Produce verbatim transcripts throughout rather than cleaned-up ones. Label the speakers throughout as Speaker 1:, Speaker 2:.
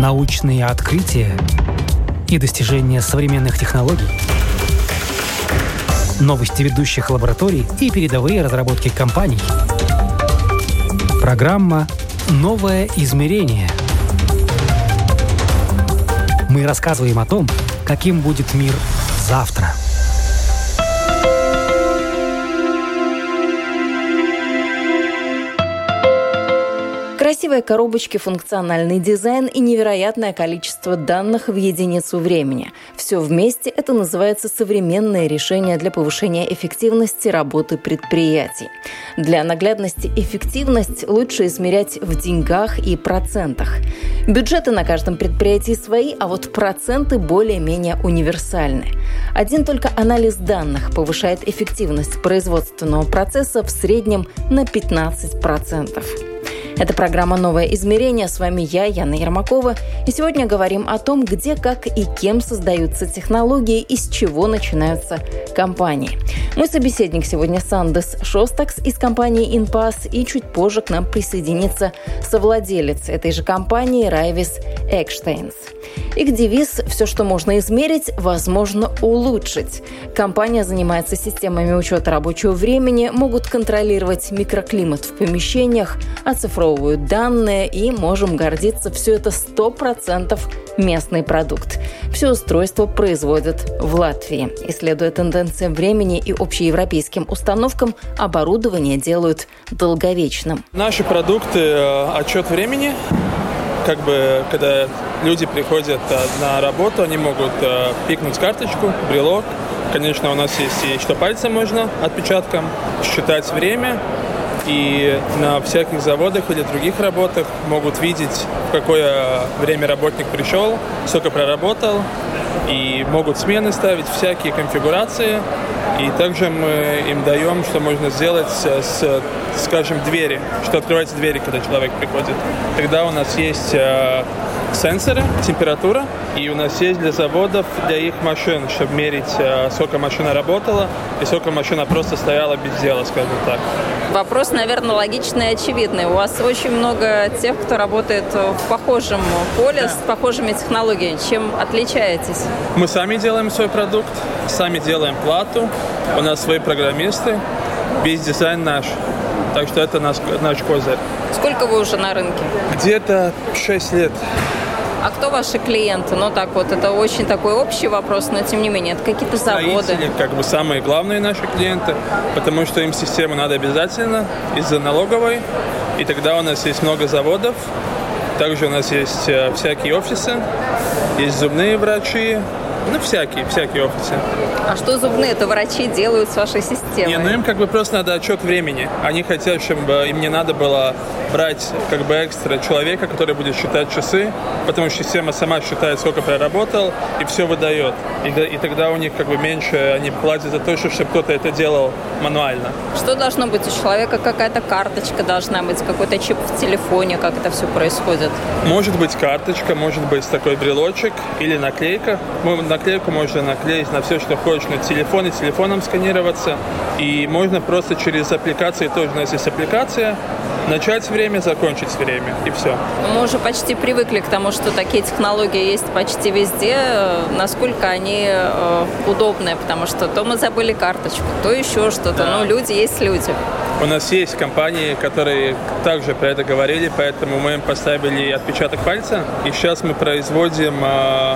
Speaker 1: научные открытия и достижения современных технологий, новости ведущих лабораторий и передовые разработки компаний. Программа «Новое измерение». Мы рассказываем о том, каким будет мир завтра.
Speaker 2: Красивые коробочки, функциональный дизайн и невероятное количество данных в единицу времени. Все вместе это называется современное решение для повышения эффективности работы предприятий. Для наглядности эффективность лучше измерять в деньгах и процентах. Бюджеты на каждом предприятии свои, а вот проценты более-менее универсальны. Один только анализ данных повышает эффективность производственного процесса в среднем на пятнадцать процентов. Это программа «Новое измерение». С вами я, Яна Ермакова. И сегодня говорим о том, где, как и кем создаются технологии и с чего начинаются компании. Мой собеседник сегодня Сандес Шостакс из компании Инпас, и чуть позже к нам присоединится совладелец этой же компании Райвис Экштейнс. Их девиз «Все, что можно измерить, возможно улучшить». Компания занимается системами учета рабочего времени, могут контролировать микроклимат в помещениях, оцифровывают данные, и можем гордиться, все это сто процентов местный продукт. Все устройства производят в Латвии. Исследуя тенденции времени и общеевропейским установкам, оборудование делают долговечным.
Speaker 3: Наши продукты – отчет времени. Как бы, когда люди приходят на работу, они могут пикнуть карточку, брелок. Конечно, у нас есть и что пальцем можно отпечатком считать время. И на всяких заводах или других работах могут видеть, в какое время работник пришел, сколько проработал. И могут смены ставить, всякие конфигурации. И также мы им даем, что можно сделать с, скажем, двери, что открываются двери, когда человек приходит. Тогда у нас есть э, сенсоры, температура, и у нас есть для заводов, для их машин, чтобы мерить, э, сколько машина работала и сколько машина просто стояла без дела, скажем так.
Speaker 4: Вопрос, наверное, логичный и очевидный. У вас очень много тех, кто работает в похожем поле, да, с похожими технологиями. Чем отличаетесь?
Speaker 3: Мы сами делаем свой продукт, сами делаем плату. У нас свои программисты, весь дизайн наш. Так что это наш, наш козырь.
Speaker 4: Сколько вы уже на рынке?
Speaker 3: Где-то шесть лет.
Speaker 4: А кто ваши клиенты? Ну так вот, это очень такой общий вопрос, но тем не менее, это какие-то заводы.
Speaker 3: Строители, как бы самые главные наши клиенты, потому что им систему надо обязательно из-за налоговой. И тогда у нас есть много заводов. Также у нас есть э, всякие офисы, есть зубные врачи. Ну, всякие, всякие офисы.
Speaker 4: А что зубные это врачи делают с вашей системой?
Speaker 3: Не, ну им как бы просто надо отчет времени. Они хотят, чтобы им не надо было брать как бы экстра человека, который будет считать часы, потому что система сама считает, сколько проработал, и все выдает. И, и тогда у них как бы меньше, они платят за то, чтобы кто-то это делал мануально.
Speaker 4: Что должно быть у человека? Какая-то карточка должна быть, какой-то чип в телефоне, как это все происходит?
Speaker 3: Может быть карточка, может быть такой брелочек или наклейка. Мы наклейку можно наклеить на все, что хочешь, на телефон и телефоном сканироваться. И можно просто через аппликации, тоже у нас есть аппликация, начать время, закончить время, и все.
Speaker 4: Мы уже почти привыкли к тому, что такие технологии есть почти везде. Насколько они э, удобны, потому что то мы забыли карточку, то еще что-то. Да. Но люди есть люди.
Speaker 3: У нас есть компании, которые также про это говорили, поэтому мы им поставили отпечаток пальца. И сейчас мы производим, э,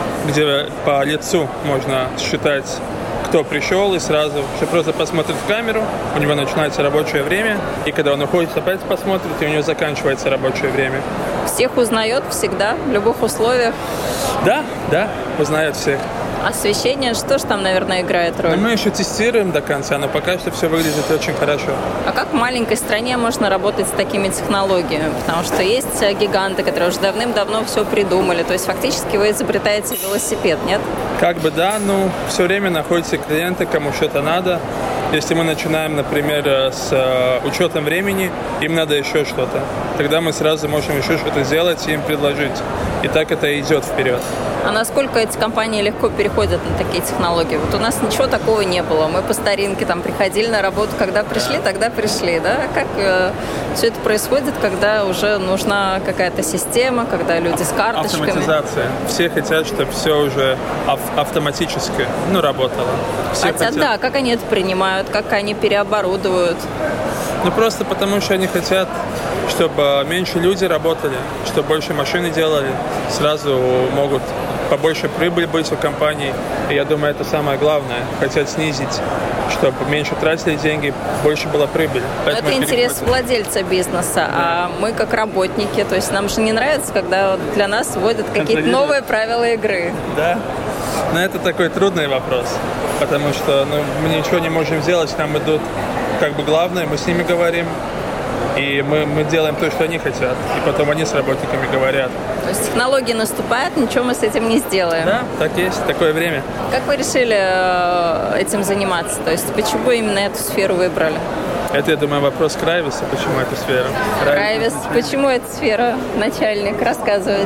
Speaker 3: где по лицу можно считать, кто пришел, и сразу, что просто посмотрит в камеру, у него начинается рабочее время, и когда он уходит, опять посмотрит, и у него заканчивается рабочее время.
Speaker 4: Всех узнает всегда, в любых условиях?
Speaker 3: Да, да, узнает всех.
Speaker 4: Освещение, что ж там, наверное, играет роль?
Speaker 3: Но мы еще тестируем до конца, но пока что все выглядит очень хорошо.
Speaker 4: А как в маленькой стране можно работать с такими технологиями? Потому что есть гиганты, которые уже давным-давно все придумали. То есть фактически вы изобретаете велосипед, нет?
Speaker 3: Как бы да, но все время находятся клиенты, кому что-то надо. Если мы начинаем, например, с учетом времени, им надо еще что-то. Тогда мы сразу можем еще что-то сделать и им предложить. И так это идет вперед.
Speaker 4: А насколько эти компании легко переходят на такие технологии? Вот у нас ничего такого не было. Мы по старинке там приходили на работу, когда пришли, тогда пришли, да? Как э, все это происходит, когда уже нужна какая-то система, когда люди с карточками?
Speaker 3: Автоматизация. Все хотят, чтобы все уже ав- автоматически, ну, работало. Все
Speaker 4: хотят,
Speaker 3: хотят,
Speaker 4: да, как они это принимают, как они переоборудуют?
Speaker 3: Ну, просто потому что они хотят, чтобы меньше люди работали, чтобы больше машины делали, сразу могут побольше прибыль быть у компании. И я думаю, это самое главное. Хотят снизить, чтобы меньше тратили деньги, больше была прибыль.
Speaker 4: Это интерес владельца бизнеса, да. А мы как работники, то есть нам же не нравится, когда для нас вводят какие-то новые правила игры.
Speaker 3: Да, но это такой трудный вопрос, потому что ну, мы ничего не можем сделать, нам идут как бы главное, мы с ними говорим, и мы, мы делаем то, что они хотят, и потом они с работниками говорят.
Speaker 4: То есть технологии наступают, ничего мы с этим не сделаем.
Speaker 3: Да, так есть, такое время.
Speaker 4: Как вы решили этим заниматься? То есть почему именно эту сферу выбрали?
Speaker 3: Это, я думаю, вопрос Крайвиса, почему эту сферу.
Speaker 4: Крайвис, почему эта сфера? Начальник, рассказывайте.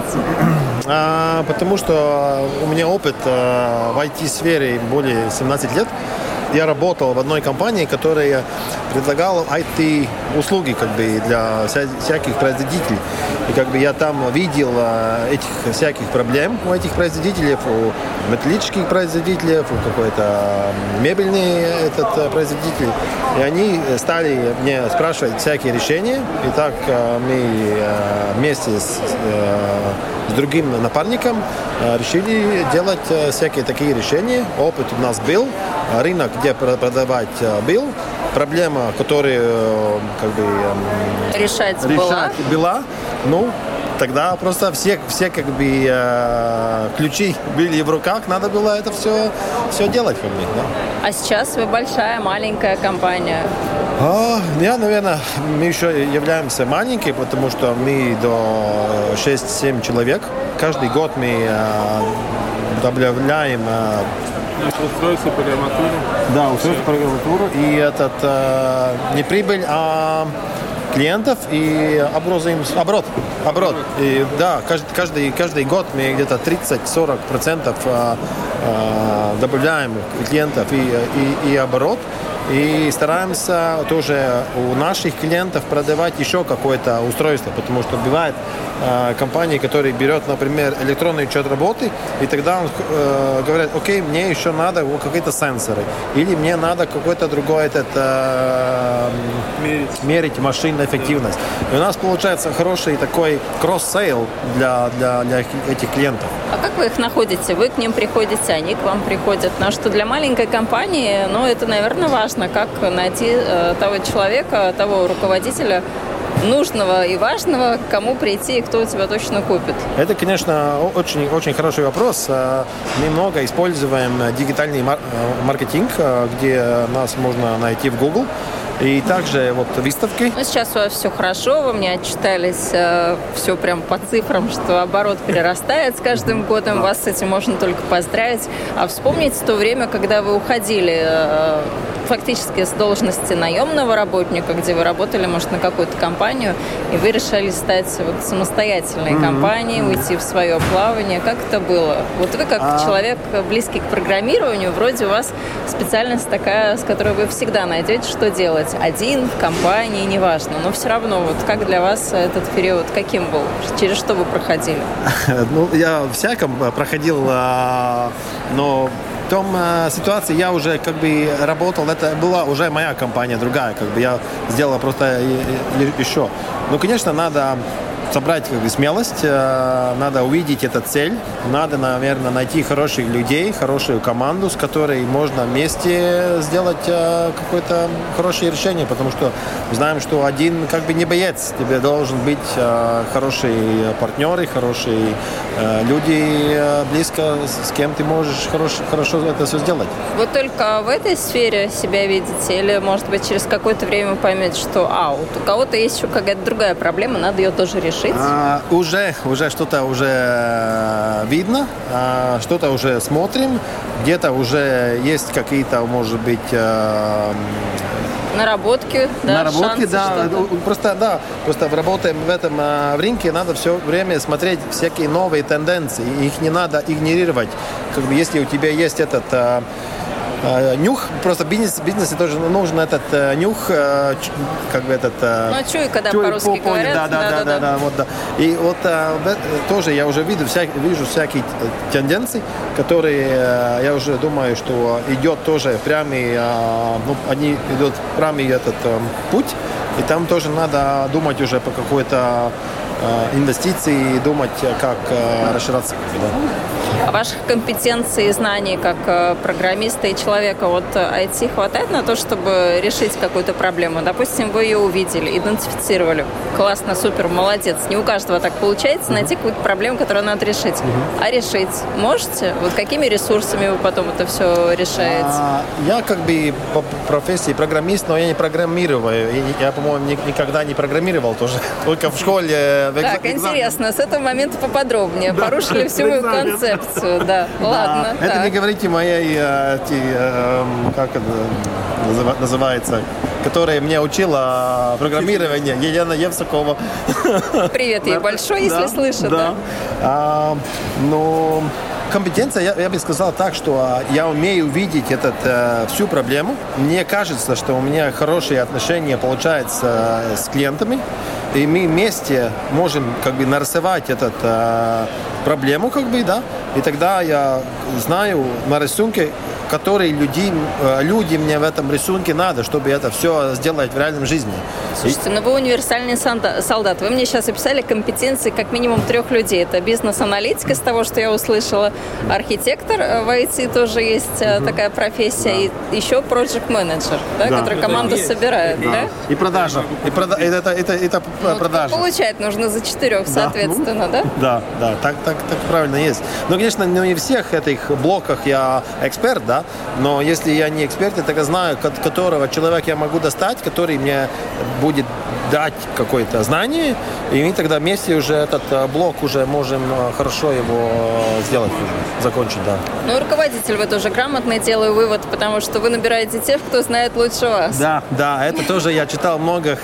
Speaker 5: А, потому что у меня опыт а, в ай ти-сфере более семнадцать лет. Я работал в одной компании, которая предлагала ай ти-услуги как бы, для вся, всяких производителей. И как бы я там видел а, этих всяких проблем у этих производителей, у металлических производителей, у какой-то мебельный этот а, производитель. И они стали мне спрашивать всякие решения. И так а, мы а, вместе с, а, с другим напарником а, решили делать а, всякие такие решения. Опыт у нас был. Рынок, где продавать был, проблема, которую как бы
Speaker 4: решать,
Speaker 5: решать
Speaker 4: была.
Speaker 5: была, ну тогда просто все, все как бы э, ключи были в руках, надо было это все, все делать как бы, да.
Speaker 4: А сейчас вы большая, маленькая компания?
Speaker 5: А, я, наверное, мы еще являемся маленькими, потому что мы до шесть-семь человек. Каждый год мы э, добавляем э,
Speaker 3: устройство программатуры.
Speaker 5: Да, устройство программатуры. И этот э, не прибыль, а клиентов и образуем оборот. оборот. И да, каждый, каждый, каждый год мы где-то тридцать-сорок процентов э, э, добавляем клиентов и, и, и оборот. И стараемся тоже у наших клиентов продавать еще какое-то устройство, потому что бывает э, компании, которые берут, например, электронный учет работы, и тогда он э, говорит, окей, мне еще надо какие-то сенсоры, или мне надо какой-то другой этот, э,
Speaker 3: мерить.
Speaker 5: мерить машинную эффективность. И у нас получается хороший такой кросс-сейл для, для, для этих клиентов.
Speaker 4: А как вы их находите? Вы к ним приходите, они к вам приходят? Потому что для маленькой компании, ну, это, наверное, важно. Как найти э, того человека, того руководителя нужного и важного, к кому прийти и кто у тебя точно купит?
Speaker 5: Это, конечно, очень, очень хороший вопрос. Мы много используем дигитальный мар- маркетинг, где нас можно найти в Google. И также вот выставки.
Speaker 4: Ну, сейчас у вас все хорошо, вы мне отчитались э, все прям по цифрам, что оборот прирастает с каждым годом. Вас с этим можно только поздравить. А вспомните то время, когда вы уходили э, фактически с должности наемного работника, где вы работали, может, на какую-то компанию, и вы решили стать вот самостоятельной mm-hmm. компанией, уйти в свое плавание. Как это было? Вот вы как а... человек, близкий к программированию, вроде у вас специальность такая, с которой вы всегда найдете, что делать. Один, в компании, неважно. Но все равно, вот как для вас этот период, каким был? Через что вы проходили?
Speaker 5: Ну, я всяком проходил, но в том ситуации я уже как бы работал, это была уже моя компания, другая, как бы я сделал просто еще. Ну, конечно, надо собрать как бы смелость, надо увидеть эту цель, надо, наверное, найти хороших людей, хорошую команду, с которой можно вместе сделать какое-то хорошее решение, потому что знаем, что один как бы не боец, тебе должен быть хорошие партнеры, хорошие люди близко, с кем ты можешь хорош, хорошо это все сделать.
Speaker 4: Вы только в этой сфере себя видите или, может быть, через какое-то время вы поймете, что а, вот у кого-то есть еще какая-то другая проблема, надо ее тоже решить?
Speaker 5: А, уже, уже что-то уже видно, а, что-то уже смотрим, где-то уже есть какие-то, может быть,
Speaker 4: Наработки, да,
Speaker 5: Наработки,
Speaker 4: шансы,
Speaker 5: да.
Speaker 4: что-то.
Speaker 5: Просто, да, просто работаем в этом э, рынке, надо все время смотреть всякие новые тенденции. Их не надо игнорировать. Как бы, если у тебя есть этот э, э, нюх, просто бизнес, бизнесе тоже нужен этот э, нюх, э, как бы этот... Э,
Speaker 4: ну, чуйка, да,
Speaker 5: чуй,
Speaker 4: по-русски
Speaker 5: по,
Speaker 4: говорят.
Speaker 5: Да, да, да, да, да, да, вот, да. И вот э, тоже я уже вижу, вся, вижу всякие тенденции, которые э, я уже думаю, что идет тоже прямый, э, ну, они идут прямый этот э, путь, и там тоже надо думать уже по какой-то э, инвестиции, думать, как э, расширяться. Да.
Speaker 4: А ваших компетенций и знаний как э, программиста и человека от ай ти хватает на то, чтобы решить какую-то проблему? Допустим, вы ее увидели, идентифицировали. Классно, супер, молодец. Не у каждого так получается найти какую-то проблему, которую надо решить. А решить можете? Вот какими ресурсами вы потом это все решаете?
Speaker 5: А, я как бы по профессии программист, но я не программирую. Я, по-моему, никогда не программировал тоже. Только в школе. В
Speaker 4: так, интересно. С этого момента поподробнее. Порушили всю мою концепцию. Да, ладно.
Speaker 5: Да. Это не говорите моей, как это называется, которая меня учила программирование, Елена Евсакова.
Speaker 4: Привет ей большой, если
Speaker 5: да,
Speaker 4: слышит.
Speaker 5: Да.
Speaker 4: да?
Speaker 5: А, ну, компетенция, я, я бы сказал так, что я умею видеть этот, всю проблему. Мне кажется, что у меня хорошие отношения получаются с клиентами. И мы вместе можем как бы нарисовать эту э, проблему, как бы, да. И тогда я знаю на рисунке, которые люди, э, люди мне в этом рисунке надо, чтобы это все сделать в реальной жизни.
Speaker 4: Слушайте, ну вы универсальный солдат. Вы мне сейчас описали компетенции как минимум трех людей. Это бизнес-аналитик, из того, что я услышала, архитектор в ай ти тоже есть угу. такая профессия, да. И еще проект-менеджер, да, да. который команду есть. собирает. Да. Да?
Speaker 5: И продажа. И прода... это, это, это
Speaker 4: ну,
Speaker 5: продажа.
Speaker 4: Получать нужно за четырех, да. соответственно, ну, да?
Speaker 5: Да, да, так, так, так правильно есть. Но, конечно, не в всех этих блоках я эксперт, да, но если я не эксперт, я тогда знаю, которого человека я могу достать, который мне будет дать какое-то знание, и мы тогда вместе уже этот блок уже можем хорошо его сделать, закончить, да.
Speaker 4: Ну, руководитель вы тоже грамотный, делаю вывод, потому что вы набираете тех, кто знает лучше вас.
Speaker 5: Да, да, это тоже я читал много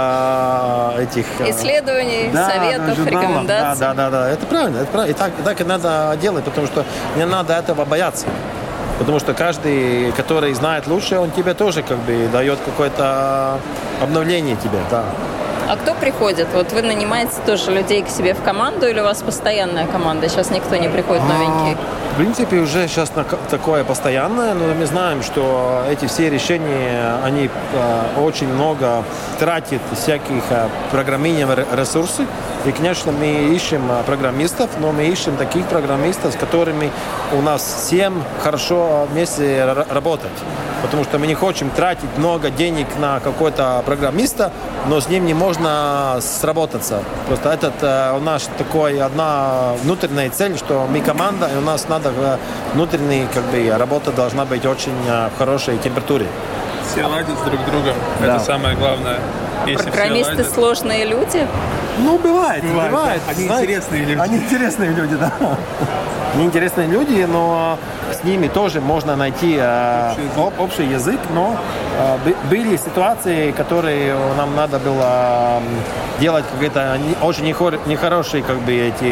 Speaker 5: э, этих... Э,
Speaker 4: исследований,
Speaker 5: да,
Speaker 4: советов,
Speaker 5: да,
Speaker 4: рекомендаций.
Speaker 5: Да, да, да, да, это правильно, это правильно. И так, так и надо делать, потому что не надо этого бояться. Потому что каждый, который знает лучше, он тебе тоже как бы дает какое-то обновление тебе, да.
Speaker 4: А кто приходит? Вот вы нанимаете тоже людей к себе в команду или у вас постоянная команда? Сейчас никто не приходит новенький?
Speaker 5: В принципе, уже сейчас такое постоянное, но мы знаем, что эти все решения, они очень много тратят всяких программирования ресурсов. И, конечно, мы ищем программистов, но мы ищем таких программистов, с которыми у нас всем хорошо вместе работать. Потому что мы не хотим тратить много денег на какого-то программиста, но с ним не можно сработаться. Просто это у нас такой одна внутренняя цель, что мы команда, и у нас надо внутренняя как бы, работа должна быть очень в хорошей температуре.
Speaker 3: Все ладят друг с другом. Да. Это самое главное.
Speaker 4: Если программисты сложные люди?
Speaker 5: Ну, бывает, бывает. бывает.
Speaker 3: Да. Они знаете, интересные люди.
Speaker 5: Они интересные люди, да. Они интересные люди, но с ними тоже можно найти общий язык, общий язык но были ситуации, которые нам надо было делать какие-то очень нехорошие как бы эти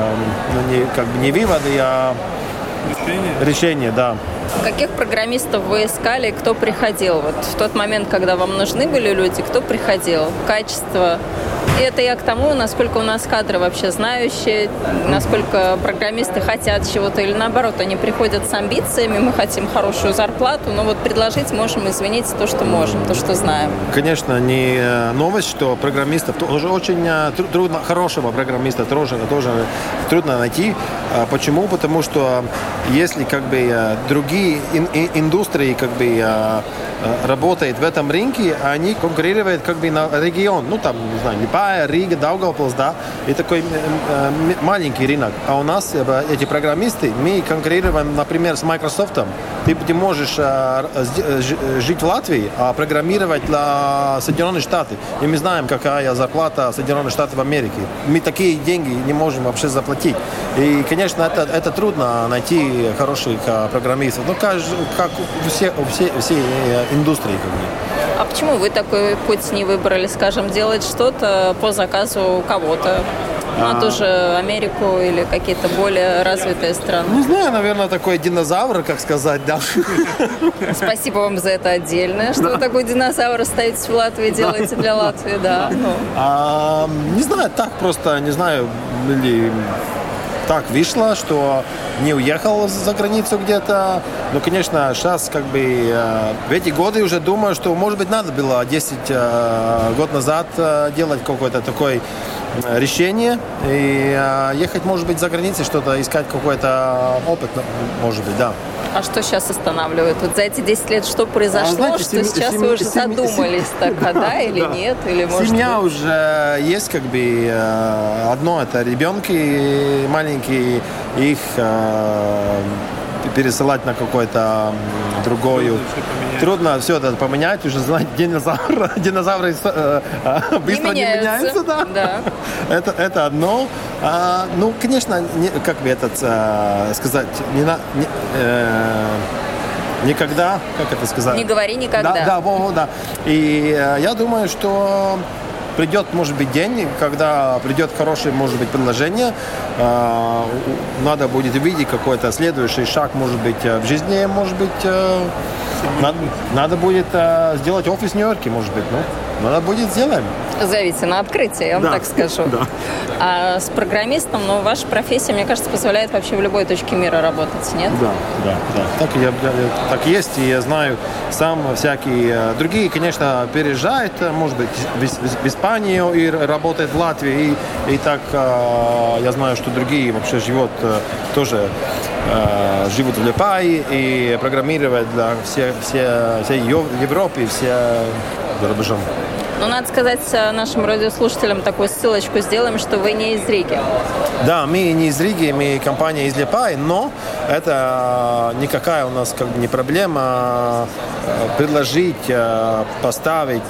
Speaker 5: не, как бы не выводы, а
Speaker 3: решения.
Speaker 5: Решения, да.
Speaker 4: Каких программистов вы искали, кто приходил? Вот в тот момент, когда вам нужны были люди, кто приходил? Качество. И это я к тому, насколько у нас кадры вообще знающие, насколько программисты хотят чего-то, или наоборот, они приходят с амбициями, мы хотим хорошую зарплату, но вот предложить можем, извините, то, что можем, то, что знаем.
Speaker 5: Конечно, не новость, что программистов тоже очень трудно, хорошего программиста тоже, тоже трудно найти. Почему? Потому что если как бы другие ин- индустрии как бы работают в этом рынке, они конкурируют как бы на регион, ну там, не знаю, Липая, Рига, Даугавпилс, да, и такой э, маленький рынок. А у нас э, эти программисты, мы конкурируем, например, с Microsoft. Ты, ты можешь э, жить в Латвии, а программировать для Соединенных Штатов. И мы знаем, какая зарплата Соединенных Штатов в Америке. Мы такие деньги не можем вообще заплатить. И, конечно, это, это трудно найти хороших программистов. Ну, как, как у всей, у всей, всей индустрии. Как бы.
Speaker 4: А почему вы такой путь не выбрали, скажем, делать что-то по заказу кого-то? Ну, а тоже Америку или какие-то более развитые страны?
Speaker 5: Не знаю, наверное, такой динозавр, как сказать, да.
Speaker 4: Спасибо вам за это отдельное, что вы такой динозавр ставите в Латвии, делаете для Латвии, да.
Speaker 5: А, не знаю, так просто, не знаю, или так вышло, что не уехал за границу где-то. Ну, конечно, сейчас как бы в эти годы уже думаю, что, может быть, надо было десять год назад делать какое-то такое решение и ехать, может быть, за границей, что-то искать, какой-то опыт, может быть, да.
Speaker 4: А что сейчас останавливает? Вот за эти десять лет что произошло, а, знаете, что семь, сейчас семь, вы уже семь, задумались, семь, так, а да или да. нет? Или, может,
Speaker 5: семья
Speaker 4: быть...
Speaker 5: уже есть, как бы, одно это ребенки маленькие, их пересылать на какой-то другую. Трудно все это поменять, уже знать динозавра. Динозавры э, э, быстро не меняются. Не меняются да.
Speaker 4: Да.
Speaker 5: это, это одно. А, ну, конечно, не, как бы это э, сказать, не, на, не, э, никогда, как это сказать?
Speaker 4: Не говори никогда.
Speaker 5: Да, да, во, да. И э, я думаю, что придет, может быть, день, когда придет хорошее, может быть, предложение, э, надо будет увидеть какой-то следующий шаг, может быть, в жизни, может быть, э, надо, надо будет э, сделать офис в Нью-Йорке, может быть, ну, надо будет сделаем.
Speaker 4: Зовите на открытие, я вам да. так скажу. Да. А с программистом, ну, ваша профессия, мне кажется, позволяет вообще в любой точке мира работать, нет?
Speaker 5: Да, да, да. Так, я, так есть, и я знаю сам всякие другие, конечно, переезжают, может быть, в, в Испанию и работают в Латвии, и, и так я знаю, что другие вообще живут тоже живут в Лиепае и программируют для всей, всей, всей Европы, все за рубежом.
Speaker 4: Ну, надо сказать нашим радиослушателям такую ссылочку сделаем, что вы не из Риги.
Speaker 5: Да, мы не из Риги, мы компания из Лиепаи, но это никакая у нас как бы не проблема предложить, поставить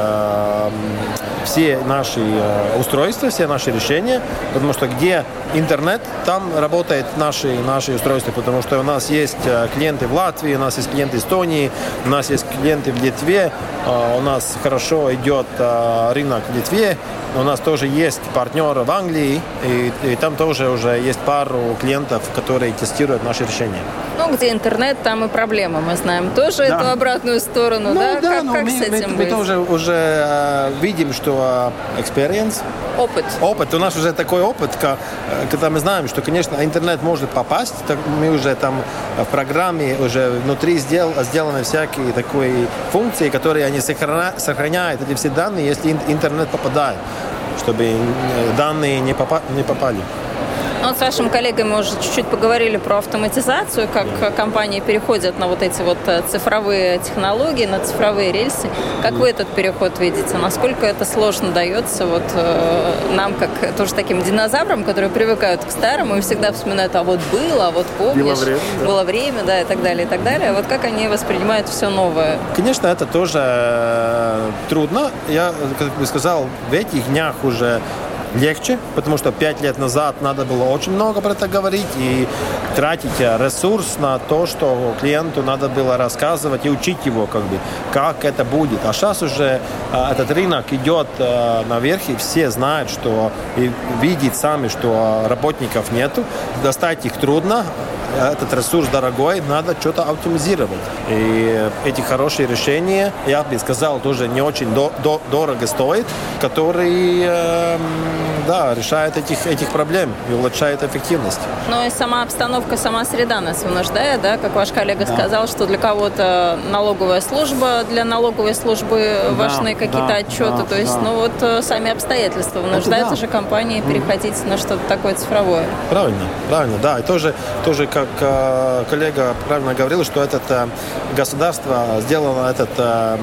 Speaker 5: все наши устройства, все наши решения, потому что где интернет, там работает наши, наши устройства, потому что у нас есть клиенты в Латвии, у нас есть клиенты в Эстонии, у нас есть клиенты в Литве, у нас хорошо идет рынок в Литве, у нас тоже есть партнеры в Англии, и, и там тоже уже есть пару клиентов, которые тестируют наши решения.
Speaker 4: Ну, где интернет, там и проблемы, мы знаем тоже да. эту обратную сторону,
Speaker 5: ну,
Speaker 4: да?
Speaker 5: да
Speaker 4: Как, как
Speaker 5: мы,
Speaker 4: с этим
Speaker 5: мы,
Speaker 4: быть?
Speaker 5: Мы тоже уже э, видим, что э, experience,
Speaker 4: опыт.
Speaker 5: Опыт. У нас уже такой опыт, когда мы знаем, что, конечно, интернет может попасть. Так мы уже там в программе уже внутри сдел, сделаны всякие такие функции, которые они сохраняют, сохраняют эти все данные, если интернет попадает, чтобы данные не, попа, не попали.
Speaker 4: Ну, вот с вашим коллегой мы уже чуть-чуть поговорили про автоматизацию, как компании переходят на вот эти вот цифровые технологии, на цифровые рельсы. Как вы этот переход видите? Насколько это сложно дается вот э, нам, как тоже таким динозаврам, которые привыкают к старому и всегда вспоминают, а вот было, а вот помнишь, было время, да. было время, да, и так далее, и так далее. Вот как они воспринимают все новое?
Speaker 5: Конечно, это тоже трудно. Я, как бы сказал, в этих днях уже легче, потому что пять лет назад надо было очень много про это говорить и тратить ресурс на то, что клиенту надо было рассказывать и учить его, как бы, как это будет. А сейчас уже э, этот рынок идет э, наверх, и все знают, что и видят сами, что работников нету, достать их трудно, этот ресурс дорогой, надо что-то оптимизировать. И эти хорошие решения, я бы сказал, тоже не очень до, до, дорого стоят, которые э, да, решают этих, этих проблем и улучшают эффективность.
Speaker 4: Ну и сама обстановка, сама среда нас вынуждает, да, как ваш коллега да. сказал, что для кого-то налоговая служба, для налоговой службы да, важны какие-то да, отчеты, да, то есть, да. ну вот сами обстоятельства вынуждают уже да. компании mm. переходить на что-то такое цифровое.
Speaker 5: Правильно, правильно, да, и тоже, тоже как коллега правильно говорил, что это государство сделало этот э,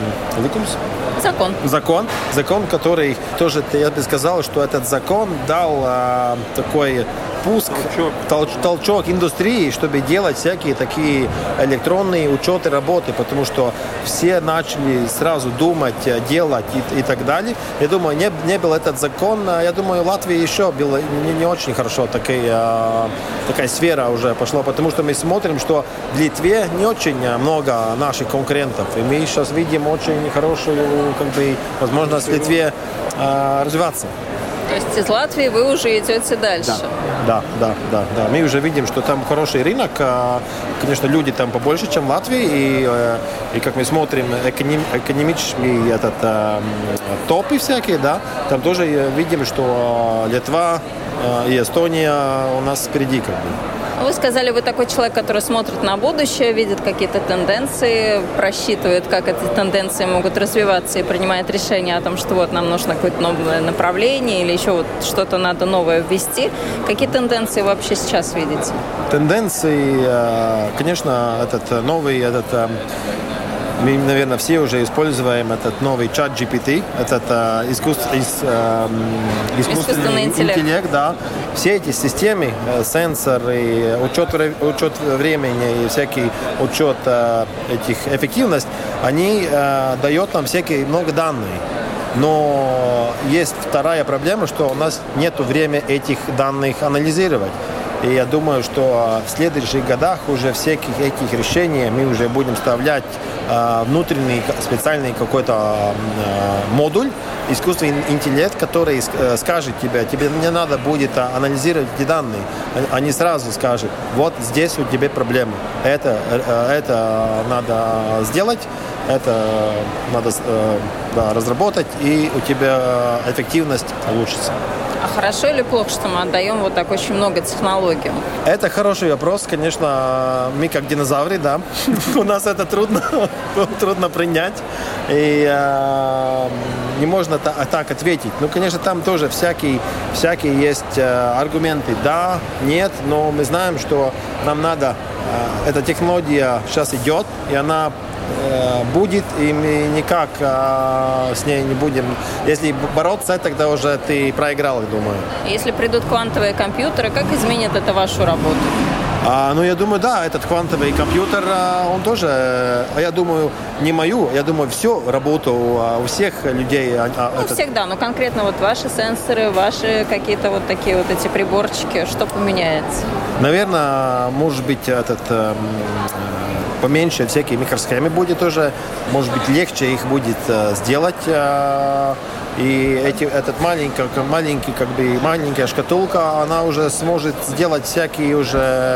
Speaker 4: закон.
Speaker 5: Закон, закон, который тоже, я бы сказал, что этот закон дал э, такой пуск, толчок. толчок индустрии, чтобы делать всякие такие электронные учеты работы, потому что все начали сразу думать, делать и, и так далее. Я думаю, не, не был этот закон. Я думаю, в Латвии еще было не, не очень хорошо такая, такая сфера уже пошла, потому что мы смотрим, что в Литве не очень много наших конкурентов. И мы сейчас видим очень хорошую как бы, возможность в Литве э, развиваться.
Speaker 4: То есть из Латвии вы уже идете дальше?
Speaker 5: Да, да, да, да. Мы уже видим, что там хороший рынок. Конечно, люди там побольше, чем в Латвии. И, и как мы смотрим, эконом, экономические этот, топы всякие, да, там тоже видим, что Литва и Эстония у нас впереди как бы.
Speaker 4: Вы сказали, вы такой человек, который смотрит на будущее, видит какие-то тенденции, просчитывает, как эти тенденции могут развиваться и принимает решение о том, что вот нам нужно какое-то новое направление или еще вот что-то надо новое ввести. Какие тенденции вы вообще сейчас видите?
Speaker 5: Тенденции, конечно, этот новый, этот, мы, наверное, все уже используем этот новый чат джи пи ти, этот искусств, ис, искусственный, искусственный интеллект, интеллект, да. Все эти системы, сенсоры, учет, учет времени и всякий учет этих эффективность, они э, дают нам всякие много данных. Но есть вторая проблема, что у нас нет времени этих данных анализировать. И я думаю, что в следующих годах уже всяких этих решений мы уже будем вставлять э, внутренний специальный какой-то э, модуль, искусственный интеллект, который э, скажет тебе, тебе не надо будет анализировать эти данные. Они сразу скажут, вот здесь у тебя проблема. Это, э, это надо сделать, это надо э, да, разработать, и у тебя эффективность улучшится.
Speaker 4: А хорошо или плохо, что мы отдаем вот так очень много технологиям?
Speaker 5: Это хороший вопрос. Конечно, мы как динозавры, да. У нас это трудно, трудно принять. И э, не можно та, так ответить. Ну, конечно, там тоже всякие, всякие есть э, аргументы. Да, нет, но мы знаем, что нам надо... Э, эта технология сейчас идет, и она будет, и мы никак а, с ней не будем. Если бороться, тогда уже ты проиграл, я думаю.
Speaker 4: Если придут квантовые компьютеры, как изменит это вашу работу?
Speaker 5: А, ну, я думаю, да, этот квантовый компьютер, он тоже, я думаю, не мою, я думаю, всю работу у всех людей.
Speaker 4: А, ну, этот... всегда, но конкретно вот ваши сенсоры, ваши какие-то вот такие вот эти приборчики, что поменяется?
Speaker 5: Наверное, может быть, этот... поменьше всякие микросхемы будет тоже, может быть, легче их будет э, сделать. Э, и эти, этот маленький, маленький, как бы, маленькая шкатулка, она уже сможет сделать всякие уже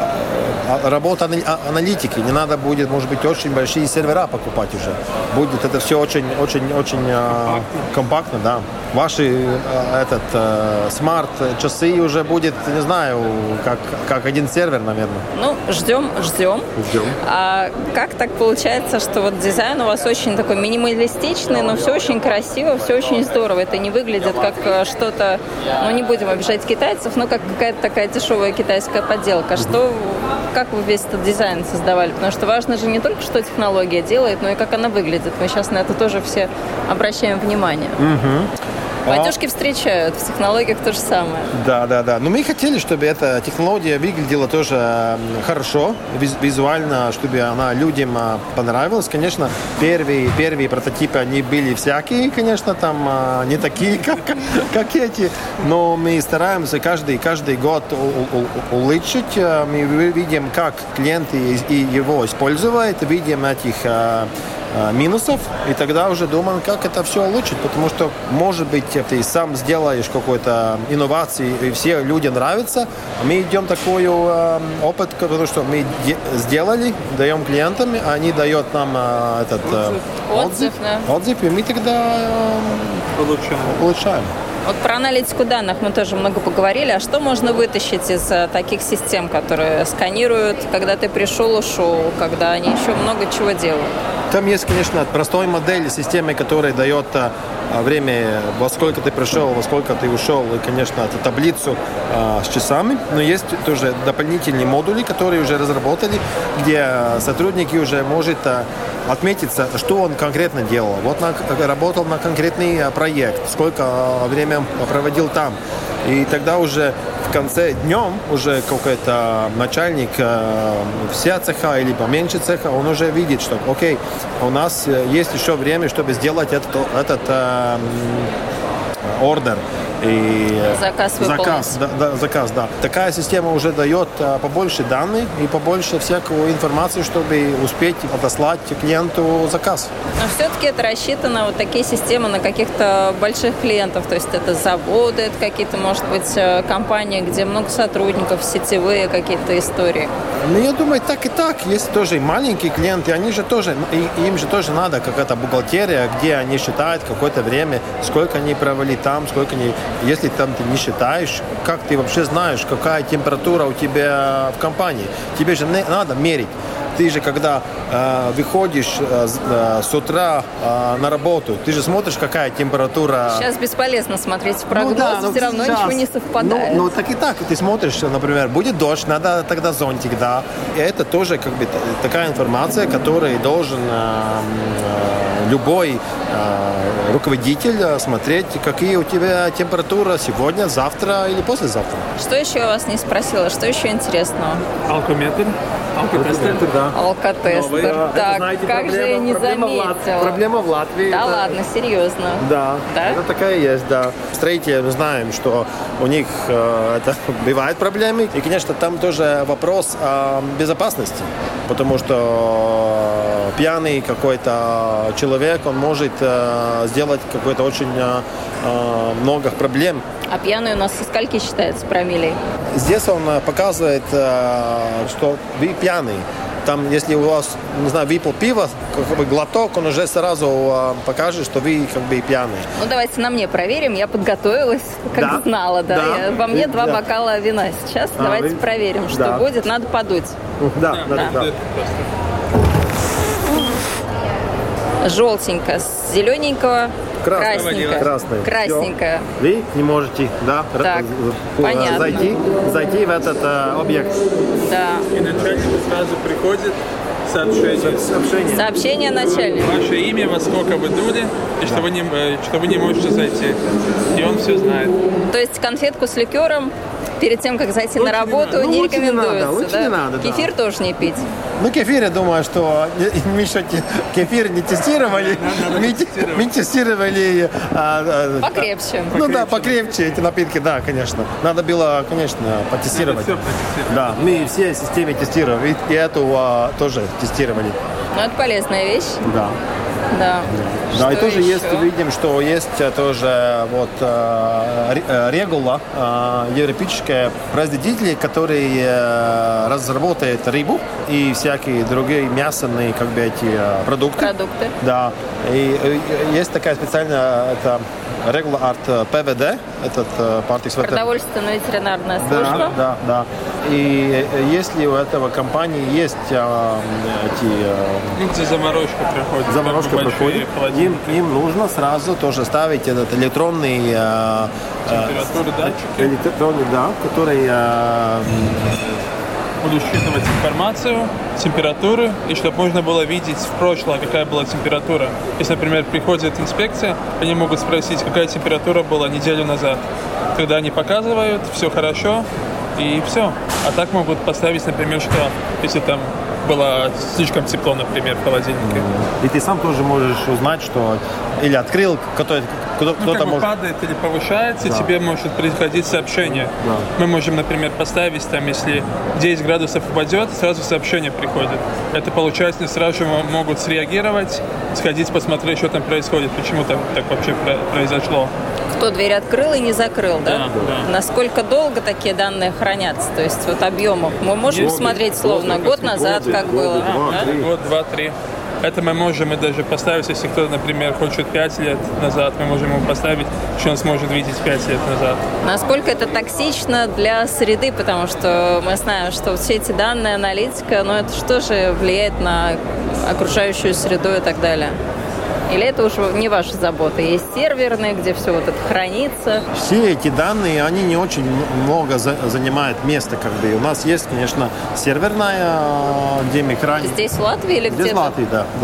Speaker 5: э, работы аналитики. Не надо будет, может быть, очень большие сервера покупать уже. Будет это все очень, очень, очень э, компактно, да. Ваши э, этот э, смарт-часы уже будет, не знаю, как, как один сервер, наверное.
Speaker 4: Ну, ждем, ждем.
Speaker 5: Ждем.
Speaker 4: А как так получается, что вот дизайн у вас очень такой минималистичный, но все очень красиво, все очень здорово. Это не выглядит как что-то, ну, не будем обижать китайцев, но как какая-то такая дешевая китайская подделка. Что, как вы весь этот дизайн создавали? Потому что важно же не только, что технология делает, но и как она выглядит. Мы сейчас на это тоже все обращаем внимание.
Speaker 5: Угу.
Speaker 4: Батюшки встречают, в технологиях то же самое.
Speaker 5: Да, да, да. Но мы хотели, чтобы эта технология выглядела тоже хорошо, визуально, чтобы она людям понравилась. Конечно, первые, первые прототипы, они были всякие, конечно, там не такие, как, как эти. Но мы стараемся каждый, каждый год улучшить. Мы видим, как клиенты его используют, видим этих минусов, и тогда уже думаем, как это все улучшить, потому что, может быть, ты сам сделаешь какую-то инновацию, и все людям нравится. Мы идем такой э, опыт, потому что мы де- сделали, даем клиентам, они дают нам э, этот э,
Speaker 4: отзыв,
Speaker 5: отзыв,
Speaker 4: да.
Speaker 5: отзыв, и мы тогда э, улучшаем. улучшаем.
Speaker 4: Вот про аналитику данных мы тоже много поговорили. А что можно вытащить из таких систем, которые сканируют, когда ты пришел, ушел, когда они еще много чего делают?
Speaker 5: Там есть, конечно, простой модель системы, которая дает время, во сколько ты пришел, во сколько ты ушел, и, конечно, эту таблицу а, с часами. Но есть тоже дополнительные модули, которые уже разработали, где сотрудники уже может отметиться, что он конкретно делал. Вот на, работал на конкретный проект, сколько времени проводил там. И тогда уже конце днем уже какой-то начальник э, вся цеха или поменьше цеха, он уже видит, что окей, у нас есть еще время, чтобы сделать этот, этот э, ордер. И
Speaker 4: заказ выполнить.
Speaker 5: Заказ, да, да, заказ, да. Такая система уже дает а, побольше данных и побольше всякой информации, чтобы успеть отослать клиенту заказ.
Speaker 4: Но все-таки это рассчитано, вот такие системы, на каких-то больших клиентов. То есть это заводы, это какие-то, может быть, компании, где много сотрудников, сетевые какие-то истории.
Speaker 5: Ну, я думаю, так и так. Есть тоже и маленькие клиенты, они же тоже, им же тоже надо какая-то бухгалтерия, где они считают какое-то время, сколько они провели там, сколько они... Если там ты не считаешь, как ты вообще знаешь, какая температура у тебя в компании? Тебе же не надо мерить. Ты же, когда э, выходишь э, с утра э, на работу, ты же смотришь, какая температура.
Speaker 4: Сейчас бесполезно смотреть в прогноз,
Speaker 5: ну, да,
Speaker 4: все равно сейчас ничего не совпадает.
Speaker 5: Ну, ну, так и так. Ты смотришь, например, будет дождь, надо тогда зонтик, да. И это тоже как бы такая информация, которую должен э, э, любой э, руководитель смотреть, какие у тебя температура сегодня, завтра или послезавтра.
Speaker 4: Что еще я вас не спросила? Что еще интересного?
Speaker 3: Алкометр. Алкотестер,
Speaker 5: да.
Speaker 4: Алкотестер.
Speaker 5: Это,
Speaker 4: так,
Speaker 5: знаете,
Speaker 4: как
Speaker 5: проблема,
Speaker 4: же я не
Speaker 5: проблема
Speaker 4: заметила.
Speaker 5: В Лат... Проблема в Латвии.
Speaker 4: Да
Speaker 5: это...
Speaker 4: ладно, серьезно?
Speaker 5: Да,
Speaker 4: да,
Speaker 5: это такая есть, да. Строители, мы знаем, что у них э, это бывают проблемы. И, конечно, там тоже вопрос о безопасности. Потому что пьяный какой-то человек, он может э, сделать какое-то очень э, много проблем.
Speaker 4: А пьяный у нас со скольки считается промиллей?
Speaker 5: Здесь он показывает, что вы пьяный. Там, если у вас, не знаю, выпил пиво, как бы глоток, он уже сразу покажет, что вы как бы пьяный.
Speaker 4: Ну, давайте на мне проверим. Я подготовилась, как
Speaker 5: да.
Speaker 4: знала. Да?
Speaker 5: Да.
Speaker 4: Я, во мне два
Speaker 5: да.
Speaker 4: бокала вина сейчас. А, давайте вы... проверим, что
Speaker 5: да.
Speaker 4: будет. Надо подуть.
Speaker 5: Да, да, да. да.
Speaker 4: да. Желтенько, с зелененького. Красненькая.
Speaker 5: Красный.
Speaker 4: Красненькая.
Speaker 5: Вы не можете, да,
Speaker 4: так, понятно.
Speaker 5: зайти, зайти в этот э, объект.
Speaker 4: Да.
Speaker 3: И начальник сразу приходит, сообщение.
Speaker 5: Сообщение.
Speaker 4: Сообщение начальника.
Speaker 3: Ваше имя, во сколько вы дули, и что, да. вы не, что вы не можете зайти. И он все знает.
Speaker 4: То есть конфетку с ликером перед тем, как зайти
Speaker 5: лучше
Speaker 4: на работу,
Speaker 5: не,
Speaker 4: не
Speaker 5: ну,
Speaker 4: рекомендуется.
Speaker 5: Не надо, лучше
Speaker 4: да?
Speaker 5: не надо,
Speaker 4: Кефир
Speaker 5: да.
Speaker 4: тоже не пить.
Speaker 5: Ну, кефир, я думаю, что мы еще кефир не тестировали. Мы, мы тестировали... А,
Speaker 4: покрепче.
Speaker 5: Ну покрепче. Да, покрепче эти напитки, да, конечно. Надо было, конечно, потестировать.
Speaker 3: Надо все
Speaker 5: да, мы все системы тестировали, и эту а, тоже тестировали.
Speaker 4: Ну, это полезная вещь.
Speaker 5: Да.
Speaker 4: Да.
Speaker 5: Да, и тоже
Speaker 4: еще?
Speaker 5: есть, видим, что есть тоже вот э, регула э, европейская производители, которые э, разработают рыбу и всякие другие мясные как бы эти э, продукты.
Speaker 4: Продукты.
Speaker 5: Да. И э, есть такая специальная это регула от пэ вэ дэ, этот э,
Speaker 4: продовольственная ветеринарная служба.
Speaker 5: Да, да, да. И если у этого компании есть э, эти... Э,
Speaker 3: ну, где заморозка проходит.
Speaker 5: Заморозка проходит. Им, им нужно сразу тоже ставить этот электронный... Э,
Speaker 3: температуры
Speaker 5: э,
Speaker 3: датчики.
Speaker 5: Электронный, да, который... Э,
Speaker 3: буду считывать информацию, температуру, и чтобы можно было видеть в прошлое, какая была температура. Если, например, приходит инспекция, они могут спросить, какая температура была неделю назад. Тогда они показывают, все хорошо, и все. А так могут поставить, например, штраф, если там было слишком тепло, например, в холодильнике.
Speaker 5: И ты сам тоже можешь узнать, что или открыл, кто-то, кто-то
Speaker 3: ну, как бы
Speaker 5: может...
Speaker 3: падает или повышается, да. тебе может приходить сообщение.
Speaker 5: Да.
Speaker 3: Мы можем, например, поставить там, если десять градусов упадет, сразу сообщение приходит. Это получается, сразу же могут среагировать, сходить посмотреть, что там происходит, почему там так вообще произошло.
Speaker 4: Кто дверь открыл и не закрыл, да?
Speaker 3: Да, да.
Speaker 4: Насколько долго такие данные хранятся? То есть вот объемов мы можем годы, смотреть словно год назад, годы, как годы, было?
Speaker 3: Два, да? Год, два, три. Это мы можем и даже поставить, если кто, например, хочет пять лет назад, мы можем ему поставить, что он сможет видеть пять лет назад.
Speaker 4: Насколько это токсично для среды, потому что мы знаем, что все эти данные, аналитика, но это что же влияет на окружающую среду и так далее? Или это уже не ваша забота? Есть серверные, где все вот это хранится?
Speaker 5: Все эти данные, они не очень много за, занимают места. Как бы. У нас есть, конечно, серверная, где мы храним.
Speaker 4: Здесь в Латвии или
Speaker 5: Здесь
Speaker 4: где-то?
Speaker 5: в Латвии, да. да.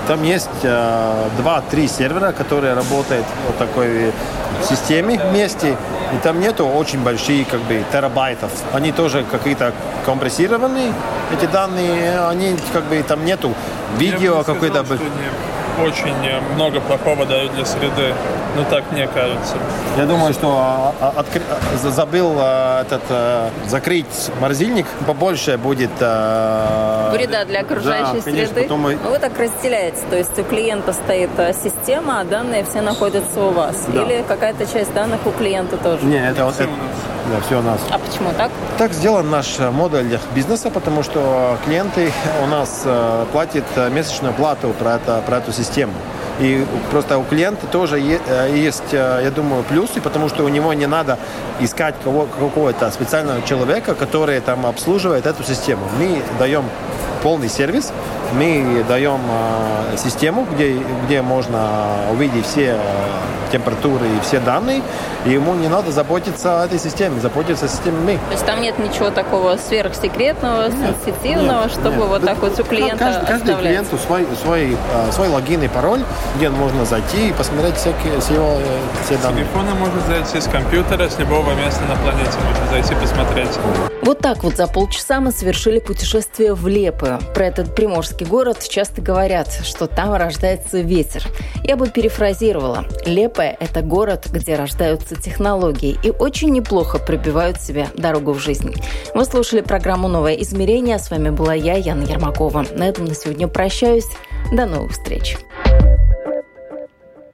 Speaker 5: Там есть два-три сервера, которые работают в такой системе вместе. И там нету очень больших как бы, терабайтов. Они тоже какие-то компрессированные, эти данные. Они как бы там нету видео какой-то...
Speaker 3: Очень много плохого дают для среды. Ну, так мне кажется.
Speaker 5: Я думаю, что откры... забыл этот, закрыть морозильник, побольше будет...
Speaker 4: Вреда для окружающей
Speaker 5: да, конечно,
Speaker 4: среды.
Speaker 5: Мы...
Speaker 4: Ну, вы так разделяете. То есть у клиента стоит система, а данные все находятся у вас.
Speaker 5: Да.
Speaker 4: Или какая-то часть данных у клиента тоже?
Speaker 5: Нет, это вот... Это... Да, все у нас.
Speaker 4: А почему так?
Speaker 5: Так сделан наш модель бизнеса, потому что клиенты у нас платят месячную плату про, это, про эту систему. И просто у клиента тоже есть, я думаю, плюсы, потому что у него не надо искать кого, какого-то специального человека, который там обслуживает эту систему. Мы даем полный сервис, мы даем э, систему, где, где можно увидеть все э, температуры и все данные, и ему не надо заботиться о этой системе, заботиться о системе мы.
Speaker 4: То есть там нет ничего такого сверхсекретного,
Speaker 5: нет,
Speaker 4: сенситивного,
Speaker 5: нет,
Speaker 4: чтобы
Speaker 5: нет.
Speaker 4: вот
Speaker 5: да,
Speaker 4: так вот у клиента
Speaker 5: каждый, каждый
Speaker 4: оставлять?
Speaker 5: клиенту свой, свой, свой логин и пароль, где можно зайти и посмотреть всякие, все, его, все данные.
Speaker 3: С телефона можно зайти, с компьютера, с любого места на планете можно зайти посмотреть.
Speaker 2: Вот так вот за полчаса мы совершили путешествие в Лепою. Про этот приморский город часто говорят, что там рождается ветер. Я бы перефразировала. Лепая – это город, где рождаются технологии и очень неплохо пробивают себе дорогу в жизнь. Вы слушали программу «Новое измерение». С вами была я, Яна Ермакова. На этом на сегодня прощаюсь. До новых встреч.